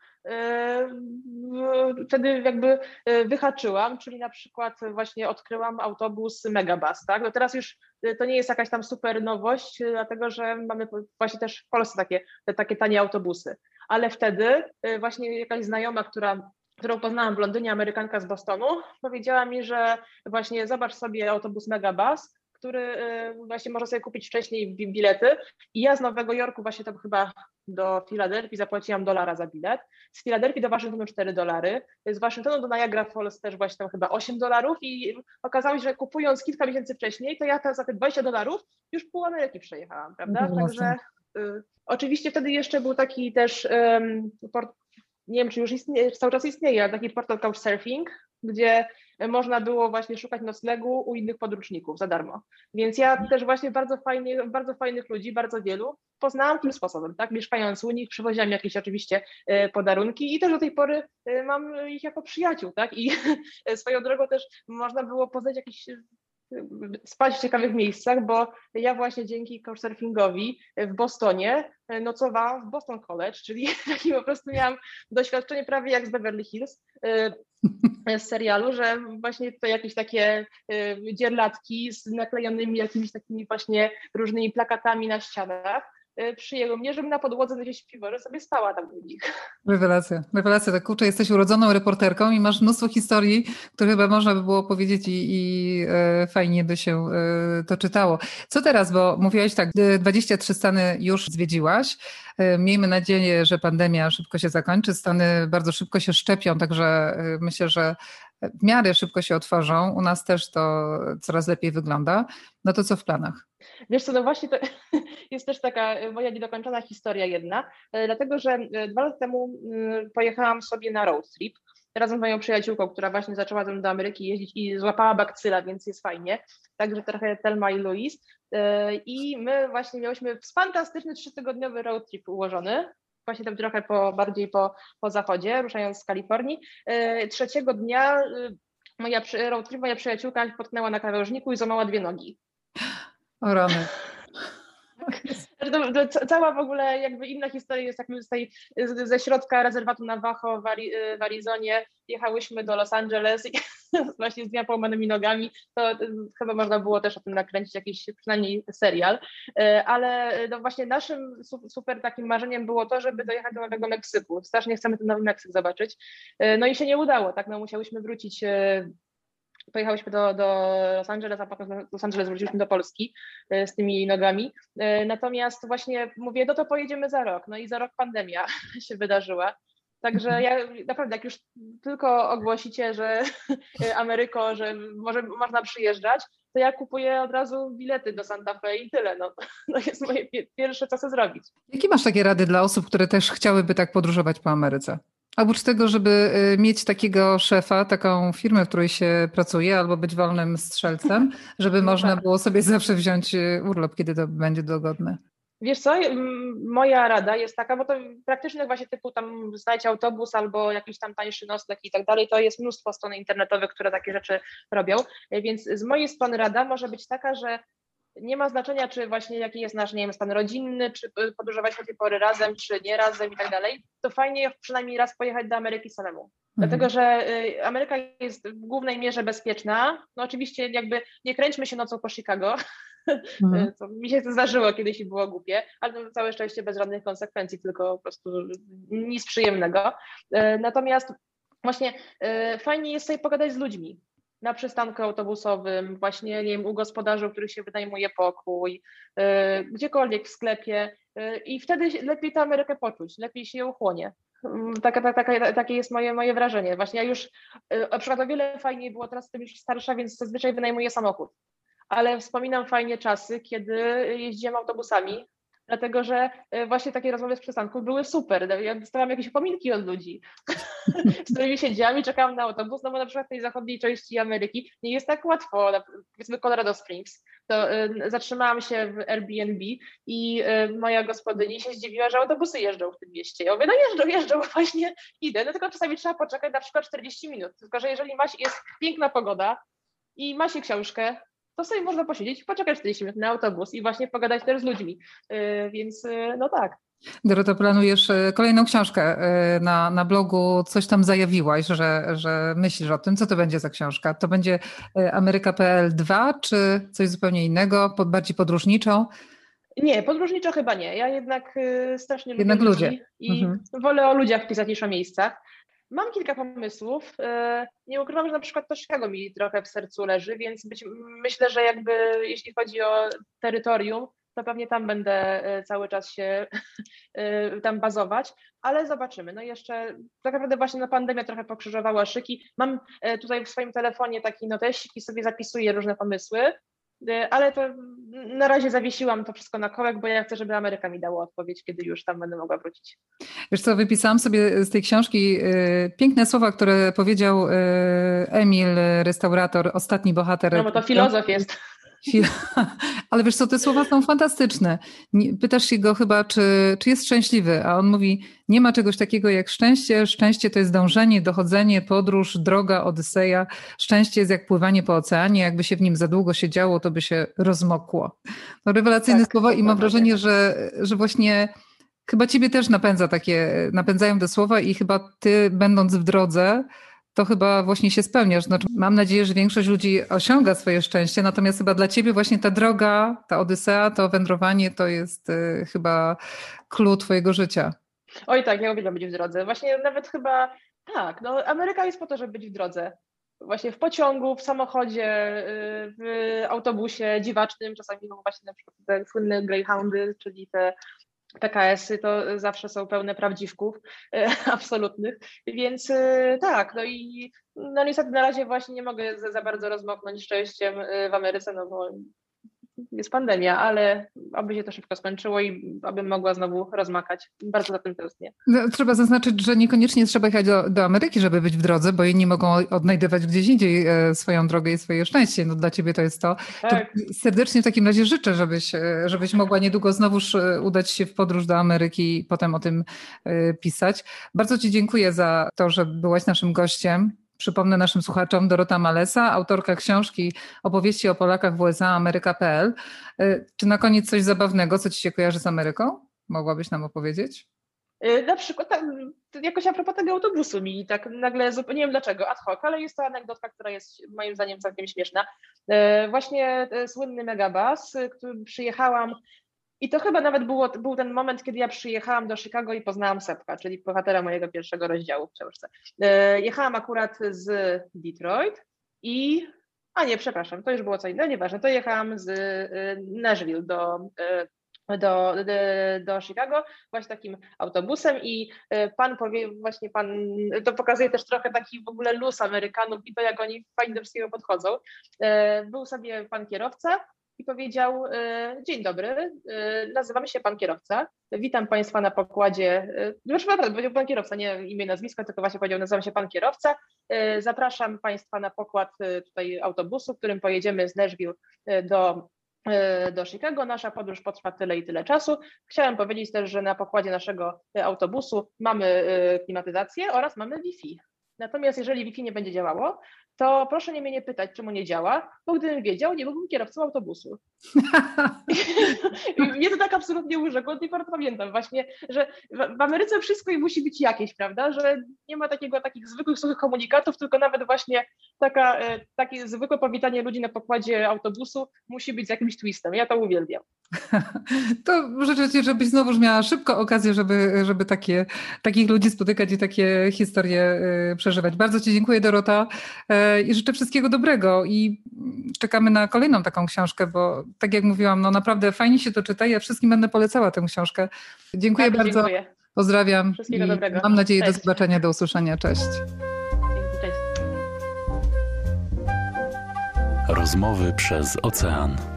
wtedy jakby wyhaczyłam, czyli na przykład właśnie odkryłam autobus Megabus, tak? No teraz już to nie jest jakaś tam super nowość, dlatego że mamy właśnie też w Polsce takie tanie autobusy, ale wtedy właśnie jakaś znajoma, którą poznałam w Londynie, Amerykanka z Bostonu, powiedziała mi, że właśnie zobacz sobie autobus Megabus, który właśnie można sobie kupić wcześniej bilety i ja z Nowego Jorku właśnie tam chyba do Filadelfii zapłaciłam $1 za bilet, z Filadelfii do Waszyngtonu $4, z Waszyngtonu do Niagara Falls też właśnie tam chyba $8 i okazało się, że kupując kilka miesięcy wcześniej, to ja za te $20 już pół Ameryki przejechałam, prawda? Także oczywiście wtedy jeszcze był taki też nie wiem, czy już istnieje, cały czas istnieje, ale taki portal Couchsurfing, gdzie można było właśnie szukać noclegu u innych podróżników za darmo. Więc ja też właśnie bardzo fajnych ludzi, bardzo wielu poznałam tym sposobem, tak? Mieszkając u nich, przywoziłam jakieś oczywiście podarunki i też do tej pory mam ich jako przyjaciół, tak? I swoją drogą też można było poznać jakieś spać w ciekawych miejscach, bo ja właśnie dzięki couchsurfingowi w Bostonie nocowałam w Boston College, czyli taki po prostu miałam doświadczenie prawie jak z Beverly Hills z serialu, że właśnie to jakieś takie dzierlatki z naklejonymi jakimiś takimi właśnie różnymi plakatami na ścianach przyjęły mnie, żebym na podłodze gdzieś śpiwora, że sobie spała tam u nich. Rewelacja. Tak kurczę, jesteś urodzoną reporterką i masz mnóstwo historii, które chyba można by było powiedzieć i fajnie by się to czytało. Co teraz, bo mówiłaś tak, 23 stany już zwiedziłaś. Miejmy nadzieję, że pandemia szybko się zakończy. Stany bardzo szybko się szczepią, także myślę, że w miarę szybko się otworzą. U nas też to coraz lepiej wygląda. No to co w planach? Wiesz co, no właśnie to jest też taka moja niedokończona historia jedna, dlatego że 2 lata temu pojechałam sobie na road trip razem z moją przyjaciółką, która właśnie zaczęła ze mną do Ameryki jeździć i złapała bakcyla, więc jest fajnie. Także trochę Thelma i Louise. I my właśnie miałyśmy fantastyczny 3-tygodniowy road trip ułożony. Właśnie tam trochę bardziej po zachodzie, ruszając z Kalifornii. 3. dnia moja przyjaciółka potknęła na krawężniku i złamała 2 nogi. O rany. Cała w ogóle jakby inna historia jest, jak my ze środka rezerwatu Navajo w Arizonie jechałyśmy do Los Angeles i właśnie z 2 połamanymi nogami, to chyba można było też o tym nakręcić jakiś przynajmniej serial, ale no właśnie naszym super takim marzeniem było to, żeby dojechać do Nowego Meksyku. Strasznie chcemy ten Nowy Meksyk zobaczyć, no i się nie udało, tak, no musiałyśmy wrócić. Pojechałyśmy do Los Angeles, a potem z Los Angeles wróciliśmy do Polski z tymi nogami. Natomiast właśnie mówię, no to pojedziemy za rok. No i za rok pandemia się wydarzyła. Także ja naprawdę, jak już tylko ogłosicie, że Ameryko, że można przyjeżdżać, to ja kupuję od razu bilety do Santa Fe i tyle. No, to jest moje pierwsze, co chcę zrobić. Jakie masz takie rady dla osób, które też chciałyby tak podróżować po Ameryce? Oprócz tego, żeby mieć takiego szefa, taką firmę, w której się pracuje, albo być wolnym strzelcem, żeby można było sobie zawsze wziąć urlop, kiedy to będzie dogodne. Wiesz co, moja rada jest taka, bo to praktycznych właśnie typu tam znajdź autobus albo jakiś tam tańszy nocleg i tak dalej, to jest mnóstwo stron internetowych, które takie rzeczy robią, więc z mojej strony rada może być taka, że Nie ma znaczenia, czy właśnie jaki jest nasz, nie wiem, stan rodzinny, czy podróżowaliśmy do tej pory razem, czy nie razem i tak dalej. To fajnie przynajmniej raz pojechać do Ameryki samemu. Dlatego, że Ameryka jest w głównej mierze bezpieczna. No oczywiście jakby nie kręćmy się nocą po Chicago, co mi się to zdarzyło kiedyś i było głupie, ale to całe szczęście bez żadnych konsekwencji, tylko po prostu nic przyjemnego. Natomiast właśnie fajnie jest sobie pogadać z ludźmi na przystanku autobusowym, właśnie nie wiem, u gospodarzy, u których się wynajmuje pokój, gdziekolwiek w sklepie i wtedy lepiej tę Amerykę poczuć, lepiej się ją chłonie. Takie jest moje wrażenie. Właśnie ja już, na przykład o wiele fajniej było, teraz jestem już starsza, więc zazwyczaj wynajmuję samochód. Ale wspominam fajnie czasy, kiedy jeździłam autobusami, dlatego że właśnie takie rozmowy z przystanku były super. Ja dostałam jakieś upominki od ludzi, z którymi siedziałam i czekałam na autobus, no bo na przykład w tej zachodniej części Ameryki nie jest tak łatwo, powiedzmy Colorado Springs, to zatrzymałam się w Airbnb i moja gospodyni się zdziwiła, że autobusy jeżdżą w tym mieście. Ja mówię, no jeżdżą, właśnie idę, no tylko czasami trzeba poczekać na przykład 40 minut, tylko że jeżeli jest piękna pogoda i ma się książkę, to sobie można posiedzieć, poczekać 40 minut na autobus i właśnie pogadać też z ludźmi, więc no tak. Dorota, planujesz kolejną książkę na blogu, coś tam zajawiłaś, że myślisz o tym. Co to będzie za książka? To będzie Ameryka.pl 2 czy coś zupełnie innego, bardziej podróżniczą? Nie, podróżniczo chyba nie. Ja jednak strasznie lubię ludzi i wolę o ludziach pisać niż o miejscach. Mam kilka pomysłów. Nie ukrywam, że na przykład to Chicago mi trochę w sercu leży, więc myślę, że jakby jeśli chodzi o terytorium, to pewnie tam będę cały czas się tam bazować, ale zobaczymy. No jeszcze tak naprawdę właśnie pandemia trochę pokrzyżowała szyki. Mam tutaj w swoim telefonie taki notesik i sobie zapisuję różne pomysły, ale to na razie zawiesiłam to wszystko na kołek, bo ja chcę, żeby Ameryka mi dała odpowiedź, kiedy już tam będę mogła wrócić. Wiesz co, wypisałam sobie z tej książki piękne słowa, które powiedział Emil, restaurator, ostatni bohater. No bo to filozof jest. Ale wiesz co, te słowa są fantastyczne. Pytasz się go chyba, czy jest szczęśliwy, a on mówi, nie ma czegoś takiego jak szczęście. Szczęście to jest dążenie, dochodzenie, podróż, droga, odyseja. Szczęście jest jak pływanie po oceanie. Jakby się w nim za długo siedziało, to by się rozmokło. No, rewelacyjne słowa i mam wrażenie, że właśnie chyba ciebie też napędzają te słowa i chyba ty, będąc w drodze, to chyba właśnie się spełniasz. Znaczy, mam nadzieję, że większość ludzi osiąga swoje szczęście, natomiast chyba dla ciebie właśnie ta droga, ta odysea, to wędrowanie to jest chyba clue twojego życia. Oj tak, ja uwielbiam być w drodze. Właśnie nawet chyba tak, no Ameryka jest po to, żeby być w drodze. Właśnie w pociągu, w samochodzie, w autobusie dziwacznym, czasami właśnie na przykład te słynne Greyhoundy, czyli te PKS-y to zawsze są pełne prawdziwków absolutnych, więc tak, no i no niestety na razie właśnie nie mogę za bardzo rozmoknąć szczęściem w Ameryce, no bo jest pandemia, ale aby się to szybko skończyło i abym mogła znowu rozmakać. Bardzo za tym tęsknię. No, trzeba zaznaczyć, że niekoniecznie trzeba jechać do Ameryki, żeby być w drodze, bo inni mogą odnajdywać gdzieś indziej swoją drogę i swoje szczęście. No dla ciebie to jest to. Tak. To serdecznie w takim razie życzę, żebyś mogła niedługo znowuż udać się w podróż do Ameryki i potem o tym pisać. Bardzo ci dziękuję za to, że byłaś naszym gościem. Przypomnę naszym słuchaczom, Dorota Malesa, autorka książki Opowieści o Polakach w USA, Ameryka.pl. Czy na koniec coś zabawnego, co ci się kojarzy z Ameryką? Mogłabyś nam opowiedzieć? Na przykład jakoś a propos tego autobusu mi tak nagle, nie wiem dlaczego, ad hoc, ale jest to anegdotka, która jest moim zdaniem całkiem śmieszna. Właśnie słynny megabus, który przyjechałam i to chyba nawet był ten moment, kiedy ja przyjechałam do Chicago i poznałam Sepka, czyli bohatera mojego pierwszego rozdziału w książce. Jechałam akurat z Detroit i... A nie, przepraszam, to już było co innego, nieważne. To jechałam z Nashville do Chicago właśnie takim autobusem i to pokazuje też trochę taki w ogóle luz Amerykanów i to, jak oni fajnie do wszystkiego podchodzą. Był sobie pan kierowca i powiedział: dzień dobry, nazywam się pan kierowca, witam państwa na pokładzie, naprawdę powiedział pan kierowca, nie imię, nazwisko, tylko właśnie powiedział: nazywam się pan kierowca, zapraszam państwa na pokład tutaj autobusu, którym pojedziemy z Nashville do Chicago. Nasza podróż potrwa tyle i tyle czasu. Chciałem powiedzieć też, że na pokładzie naszego autobusu mamy klimatyzację oraz mamy Wi-Fi. Natomiast jeżeli Wi-Fi nie będzie działało, to proszę mnie nie pytać, czemu nie działa, bo gdybym wiedział, nie byłbym kierowcą autobusu. I mnie to tak absolutnie urzekło, od tej pory pamiętam właśnie, że w Ameryce wszystko i musi być jakieś, prawda, że nie ma takich zwykłych, suchych komunikatów, tylko nawet właśnie takie zwykłe powitanie ludzi na pokładzie autobusu musi być z jakimś twistem. Ja to uwielbiam. To życzę Ci, żebyś znowuż miała szybko okazję, żeby takich ludzi spotykać i takie historie przeżywać. Bardzo Ci dziękuję, Dorota, i życzę wszystkiego dobrego i czekamy na kolejną taką książkę, bo tak jak mówiłam, no naprawdę fajnie się to czyta. Ja wszystkim będę polecała tę książkę. Dziękuję bardzo. Dziękuję. Pozdrawiam. Wszystkiego dobrego. Mam nadzieję, Cześć. do zobaczenia, do usłyszenia. Cześć. Cześć. Rozmowy przez ocean.